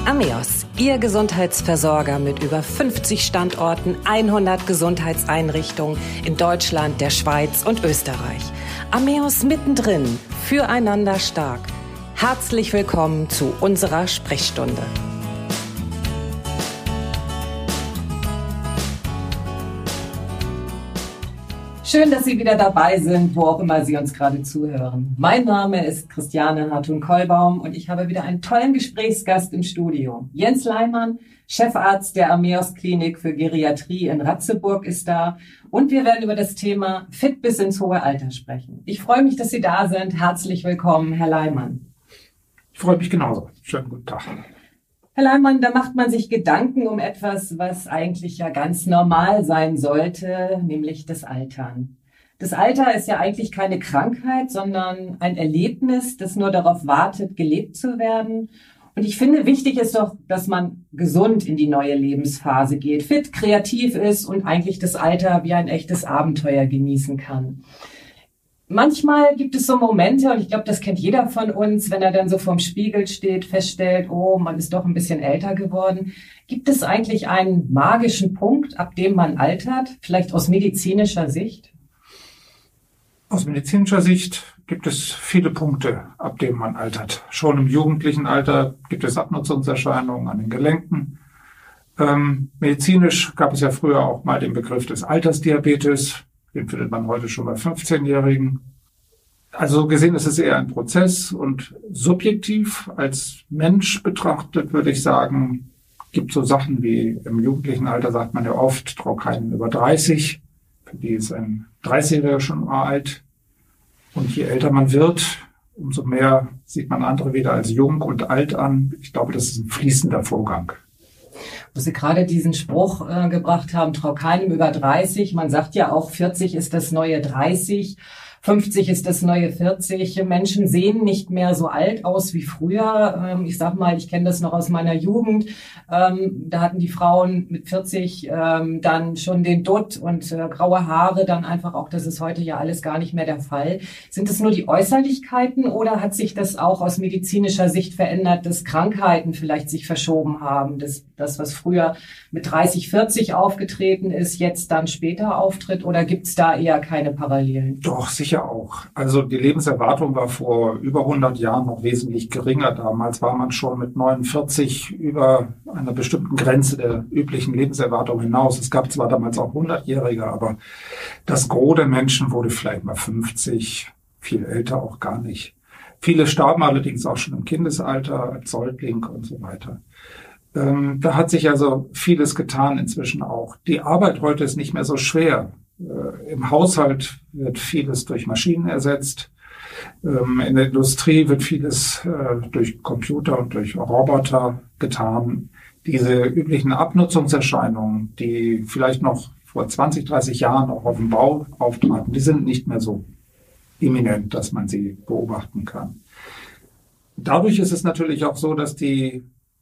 Ameos, Ihr Gesundheitsversorger mit über 50 Standorten, 100 Gesundheitseinrichtungen in Deutschland, der Schweiz und Österreich. Ameos mittendrin, füreinander stark. Herzlich willkommen zu unserer Sprechstunde. Schön, dass Sie wieder dabei sind, wo auch immer Sie uns gerade zuhören. Mein Name ist Christiane Hartung-Kollbaum und ich habe wieder einen tollen Gesprächsgast im Studio. Jens Leimann, Chefarzt der Ameos Klinik für Geriatrie in Ratzeburg, ist da und wir werden über das Thema Fit bis ins hohe Alter sprechen. Ich freue mich, dass Sie da sind. Herzlich willkommen, Herr Leimann. Ich freue mich genauso. Schönen guten Tag. Herr Leimann, da macht man sich Gedanken um etwas, was eigentlich ja ganz normal sein sollte, nämlich das Altern. Das Alter ist ja eigentlich keine Krankheit, sondern ein Erlebnis, das nur darauf wartet, gelebt zu werden. Und ich finde, wichtig ist doch, dass man gesund in die neue Lebensphase geht, fit, kreativ ist und eigentlich das Alter wie ein echtes Abenteuer genießen kann. Manchmal gibt es so Momente, und ich glaube, das kennt jeder von uns, wenn er dann so vorm Spiegel steht, feststellt, oh, man ist doch ein bisschen älter geworden. Gibt es eigentlich einen magischen Punkt, ab dem man altert, vielleicht aus medizinischer Sicht? Aus medizinischer Sicht gibt es viele Punkte, ab denen man altert. Schon im jugendlichen Alter gibt es Abnutzungserscheinungen an den Gelenken. Medizinisch gab es ja früher auch mal den Begriff des Altersdiabetes. Den findet man heute schon bei 15-Jährigen. Also gesehen ist es eher ein Prozess und subjektiv als Mensch betrachtet, würde ich sagen, gibt so Sachen wie im jugendlichen Alter sagt man ja oft, trau keinen über 30. Für die ist ein 30-Jähriger schon alt. Und je älter man wird, umso mehr sieht man andere wieder als jung und alt an. Ich glaube, das ist ein fließender Vorgang. Wo Sie gerade diesen Spruch gebracht haben, trau keinem über 30. Man sagt ja auch, 40 ist das neue 30, 50 ist das neue 40. Menschen sehen nicht mehr so alt aus wie früher. Ich sag mal, ich kenne das noch aus meiner Jugend. Da hatten die Frauen mit 40 dann schon den Dutt und graue Haare. Dann einfach auch, das ist heute ja alles gar nicht mehr der Fall. Sind es nur die Äußerlichkeiten oder hat sich das auch aus medizinischer Sicht verändert, dass Krankheiten vielleicht sich verschoben haben? Das, was früher mit 30, 40 aufgetreten ist, jetzt dann später auftritt? Oder gibt es da eher keine Parallelen? Doch, sicher auch. Also die Lebenserwartung war vor über 100 Jahren noch wesentlich geringer. Damals war man schon mit 49 über einer bestimmten Grenze der üblichen Lebenserwartung hinaus. Es gab zwar damals auch 100-Jährige, aber das Gros der Menschen wurde vielleicht mal 50, viel älter auch gar nicht. Viele starben allerdings auch schon im Kindesalter, als Säugling und so weiter. Da hat sich also vieles getan inzwischen auch. Die Arbeit heute ist nicht mehr so schwer. Im Haushalt wird vieles durch Maschinen ersetzt. In der Industrie wird vieles durch Computer und durch Roboter getan. Diese üblichen Abnutzungserscheinungen, die vielleicht noch vor 20, 30 Jahren auch auf dem Bau auftraten, die sind nicht mehr so imminent, dass man sie beobachten kann. Dadurch ist es natürlich auch so, dass die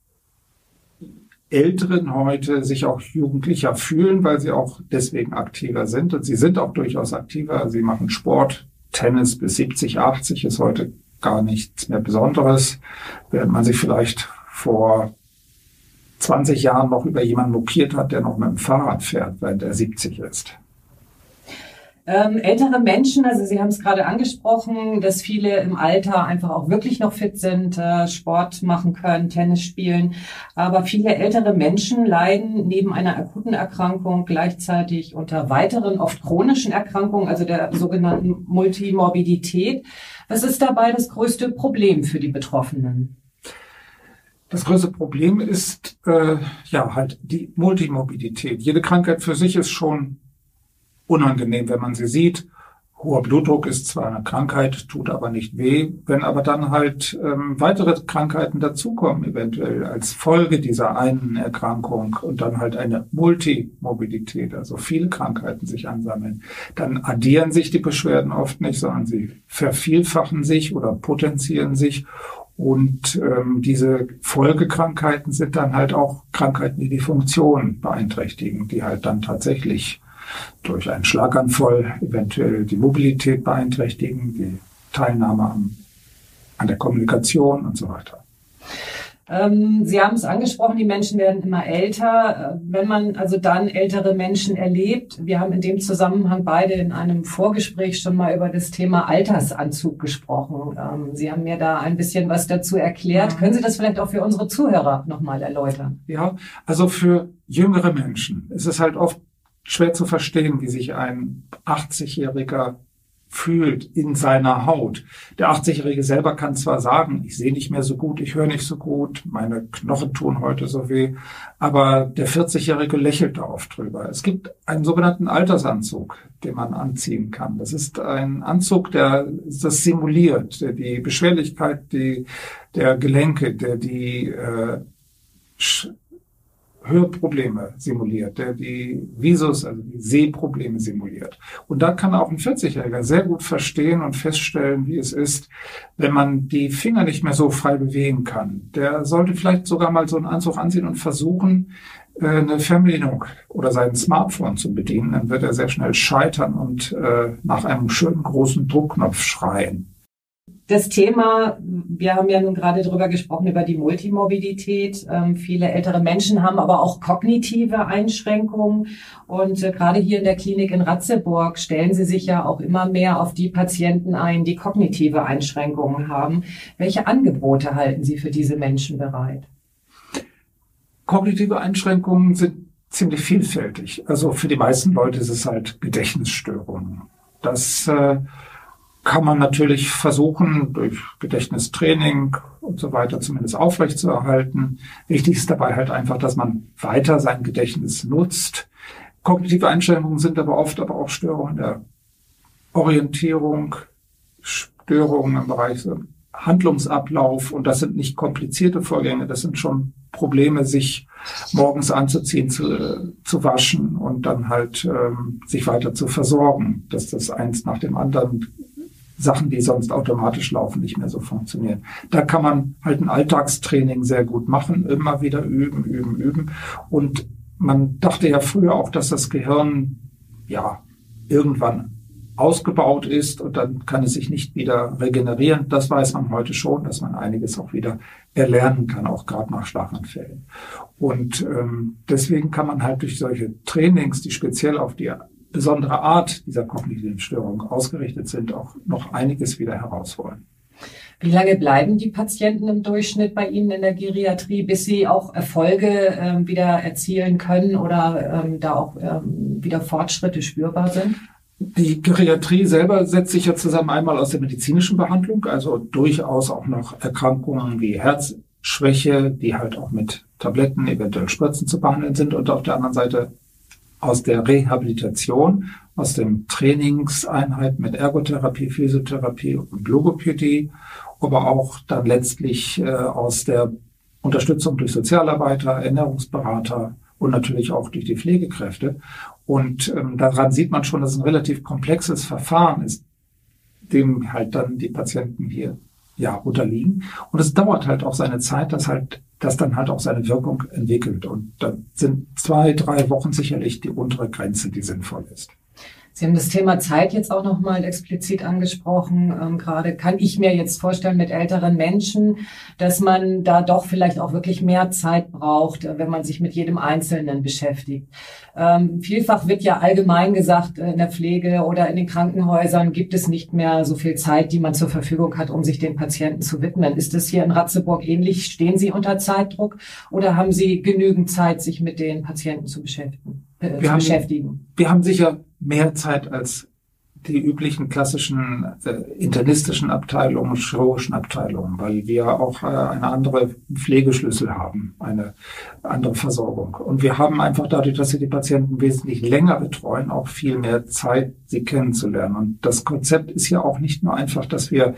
Älteren heute sich auch jugendlicher fühlen, weil sie auch deswegen aktiver sind. Und sie sind auch durchaus aktiver. Sie machen Sport. Tennis bis 70, 80 ist heute gar nichts mehr Besonderes. Während man sich vielleicht vor 20 Jahren noch über jemanden mokiert hat, der noch mit dem Fahrrad fährt, während er 70 ist. Ältere Menschen, also Sie haben es gerade angesprochen, dass viele im Alter einfach auch wirklich noch fit sind, Sport machen können, Tennis spielen. Aber viele ältere Menschen leiden neben einer akuten Erkrankung gleichzeitig unter weiteren, oft chronischen Erkrankungen, also der sogenannten Multimorbidität. Was ist dabei das größte Problem für die Betroffenen? Das größte Problem ist halt die Multimorbidität. Jede Krankheit für sich ist schon unangenehm, wenn man sie sieht. Hoher Blutdruck ist zwar eine Krankheit, tut aber nicht weh. Wenn aber dann halt weitere Krankheiten dazukommen, eventuell als Folge dieser einen Erkrankung und dann halt eine Multimorbidität, also viele Krankheiten sich ansammeln, dann addieren sich die Beschwerden oft nicht, sondern sie vervielfachen sich oder potenzieren sich. Und diese Folgekrankheiten sind dann halt auch Krankheiten, die die Funktion beeinträchtigen, die halt dann tatsächlich durch einen Schlaganfall eventuell die Mobilität beeinträchtigen, die Teilnahme an der Kommunikation und so weiter. Sie haben es angesprochen, die Menschen werden immer älter. Wenn man also dann ältere Menschen erlebt, wir haben in dem Zusammenhang beide in einem Vorgespräch schon mal über das Thema Altersanzug gesprochen. Sie haben mir da ein bisschen was dazu erklärt. Ja. Können Sie das vielleicht auch für unsere Zuhörer nochmal erläutern? Ja, also für jüngere Menschen ist es halt oft schwer zu verstehen, wie sich ein 80-Jähriger fühlt in seiner Haut. Der 80-Jährige selber kann zwar sagen, ich sehe nicht mehr so gut, ich höre nicht so gut, meine Knochen tun heute so weh, aber der 40-Jährige lächelt da oft drüber. Es gibt einen sogenannten Altersanzug, den man anziehen kann. Das ist ein Anzug, der das simuliert, der die Beschwerlichkeit der Gelenke, der die Hörprobleme simuliert, der die Visus, also die Sehprobleme simuliert. Und da kann auch ein 40-Jähriger sehr gut verstehen und feststellen, wie es ist, wenn man die Finger nicht mehr so frei bewegen kann. Der sollte vielleicht sogar mal so einen Anzug anziehen und versuchen, eine Fernbedienung oder sein Smartphone zu bedienen. Dann wird er sehr schnell scheitern und nach einem schönen großen Druckknopf schreien. Das Thema, wir haben ja nun gerade darüber gesprochen, über die Multimorbidität. Viele ältere Menschen haben aber auch kognitive Einschränkungen. Und gerade hier in der Klinik in Ratzeburg stellen Sie sich ja auch immer mehr auf die Patienten ein, die kognitive Einschränkungen haben. Welche Angebote halten Sie für diese Menschen bereit? Kognitive Einschränkungen sind ziemlich vielfältig. Also für die meisten Leute ist es halt Gedächtnisstörungen. Das kann man natürlich versuchen, durch Gedächtnistraining und so weiter zumindest aufrechtzuerhalten. Wichtig ist dabei halt einfach, dass man weiter sein Gedächtnis nutzt. Kognitive Einschränkungen sind aber oft auch Störungen der Orientierung, Störungen im Bereich Handlungsablauf. Und das sind nicht komplizierte Vorgänge, das sind schon Probleme, sich morgens anzuziehen, zu waschen und dann halt sich weiter zu versorgen, dass das eins nach dem anderen Sachen, die sonst automatisch laufen, nicht mehr so funktionieren. Da kann man halt ein Alltagstraining sehr gut machen, immer wieder üben. Und man dachte ja früher auch, dass das Gehirn ja irgendwann ausgebaut ist und dann kann es sich nicht wieder regenerieren. Das weiß man heute schon, dass man einiges auch wieder erlernen kann, auch gerade nach Schlaganfällen. Und deswegen kann man halt durch solche Trainings, die speziell auf die besondere Art dieser kognitiven Störung ausgerichtet sind, auch noch einiges wieder herausholen. Wie lange bleiben die Patienten im Durchschnitt bei Ihnen in der Geriatrie, bis sie auch Erfolge wieder erzielen können oder da auch wieder Fortschritte spürbar sind? Die Geriatrie selber setzt sich ja zusammen einmal aus der medizinischen Behandlung, also durchaus auch noch Erkrankungen wie Herzschwäche, die halt auch mit Tabletten, eventuell Spritzen zu behandeln sind, und auf der anderen Seite aus der Rehabilitation, aus dem Trainingseinheit mit Ergotherapie, Physiotherapie und Logopädie, aber auch dann letztlich aus der Unterstützung durch Sozialarbeiter, Ernährungsberater und natürlich auch durch die Pflegekräfte. Und daran sieht man schon, dass es ein relativ komplexes Verfahren ist, dem halt dann die Patienten hier ja unterliegen. Und es dauert halt auch seine Zeit, dass dann halt auch seine Wirkung entwickelt. Und dann sind 2-3 Wochen sicherlich die untere Grenze, die sinnvoll ist. Sie haben das Thema Zeit jetzt auch nochmal explizit angesprochen. Gerade kann ich mir jetzt vorstellen mit älteren Menschen, dass man da doch vielleicht auch wirklich mehr Zeit braucht, wenn man sich mit jedem Einzelnen beschäftigt. Vielfach wird ja allgemein gesagt, in der Pflege oder in den Krankenhäusern gibt es nicht mehr so viel Zeit, die man zur Verfügung hat, um sich den Patienten zu widmen. Ist das hier in Ratzeburg ähnlich? Stehen Sie unter Zeitdruck oder haben Sie genügend Zeit, sich mit den Patienten zu beschäftigen? Wir haben sicher mehr Zeit als die üblichen klassischen internistischen Abteilungen, chirurgischen Abteilungen, weil wir auch eine andere Pflegeschlüssel haben, eine andere Versorgung. Und wir haben einfach dadurch, dass wir die Patienten wesentlich länger betreuen, auch viel mehr Zeit, sie kennenzulernen. Und das Konzept ist ja auch nicht nur einfach, dass wir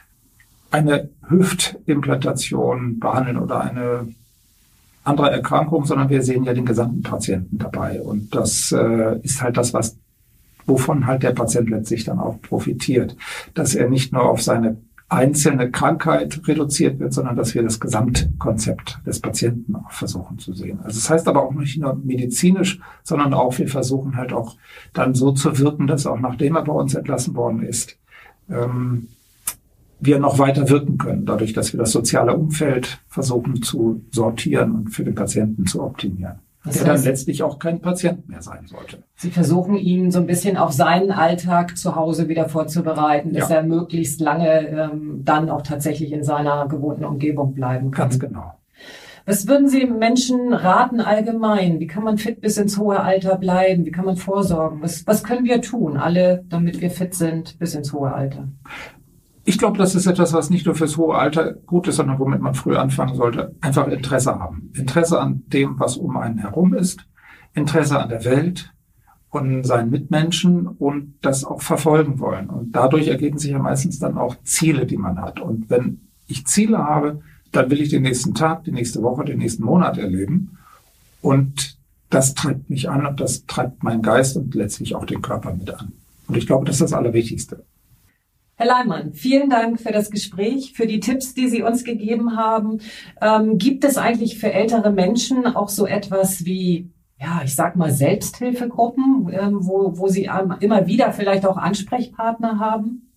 eine Hüftimplantation behandeln oder eine andere Erkrankung, sondern wir sehen ja den gesamten Patienten dabei. Und das ist halt das, wovon halt der Patient letztlich dann auch profitiert. Dass er nicht nur auf seine einzelne Krankheit reduziert wird, sondern dass wir das Gesamtkonzept des Patienten auch versuchen zu sehen. Also das heißt aber auch nicht nur medizinisch, sondern auch wir versuchen halt auch dann so zu wirken, dass auch nachdem er bei uns entlassen worden ist, wir noch weiter wirken können, dadurch, dass wir das soziale Umfeld versuchen zu sortieren und für den Patienten zu optimieren. Der dann letztlich auch kein Patient mehr sein sollte. Sie versuchen ihn so ein bisschen auf seinen Alltag zu Hause wieder vorzubereiten, dass er möglichst lange dann auch tatsächlich in seiner gewohnten Umgebung bleiben kann. Ganz genau. Was würden Sie Menschen raten allgemein? Wie kann man fit bis ins hohe Alter bleiben? Wie kann man vorsorgen? Was können wir tun, alle, damit wir fit sind bis ins hohe Alter? Ich glaube, das ist etwas, was nicht nur fürs hohe Alter gut ist, sondern womit man früh anfangen sollte. Einfach Interesse haben. Interesse an dem, was um einen herum ist. Interesse an der Welt und seinen Mitmenschen und das auch verfolgen wollen. Und dadurch ergeben sich ja meistens dann auch Ziele, die man hat. Und wenn ich Ziele habe, dann will ich den nächsten Tag, die nächste Woche, den nächsten Monat erleben. Und das treibt mich an und das treibt meinen Geist und letztlich auch den Körper mit an. Und ich glaube, das ist das Allerwichtigste. Herr Leimann, vielen Dank für das Gespräch, für die Tipps, die Sie uns gegeben haben. Gibt es eigentlich für ältere Menschen auch so etwas wie, ja, ich sag mal Selbsthilfegruppen, wo Sie immer wieder vielleicht auch Ansprechpartner haben?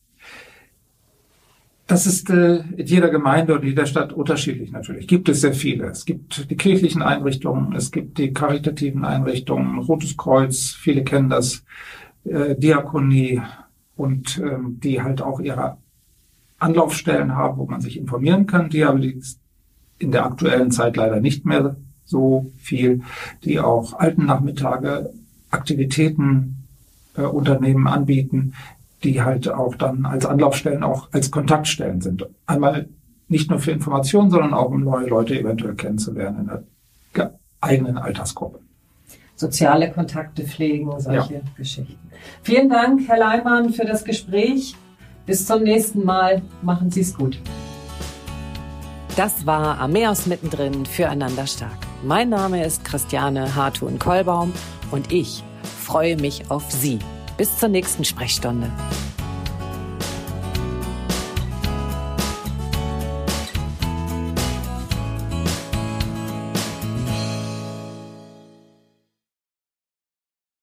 Das ist in jeder Gemeinde und in jeder Stadt unterschiedlich natürlich. Gibt es sehr viele. Es gibt die kirchlichen Einrichtungen, es gibt die karitativen Einrichtungen, Rotes Kreuz, viele kennen das, Diakonie, und die halt auch ihre Anlaufstellen haben, wo man sich informieren kann. Die aber in der aktuellen Zeit leider nicht mehr so viel, die auch Altennachmittage, Aktivitäten, Unternehmen anbieten, die halt auch dann als Anlaufstellen, auch als Kontaktstellen sind. Einmal nicht nur für Informationen, sondern auch um neue Leute eventuell kennenzulernen in der eigenen Altersgruppe. Soziale Kontakte pflegen, solche Geschichten. Vielen Dank, Herr Leimann, für das Gespräch. Bis zum nächsten Mal. Machen Sie es gut. Das war Ameos mittendrin, füreinander stark. Mein Name ist Christiane Hartun-Kollbaum und ich freue mich auf Sie. Bis zur nächsten Sprechstunde.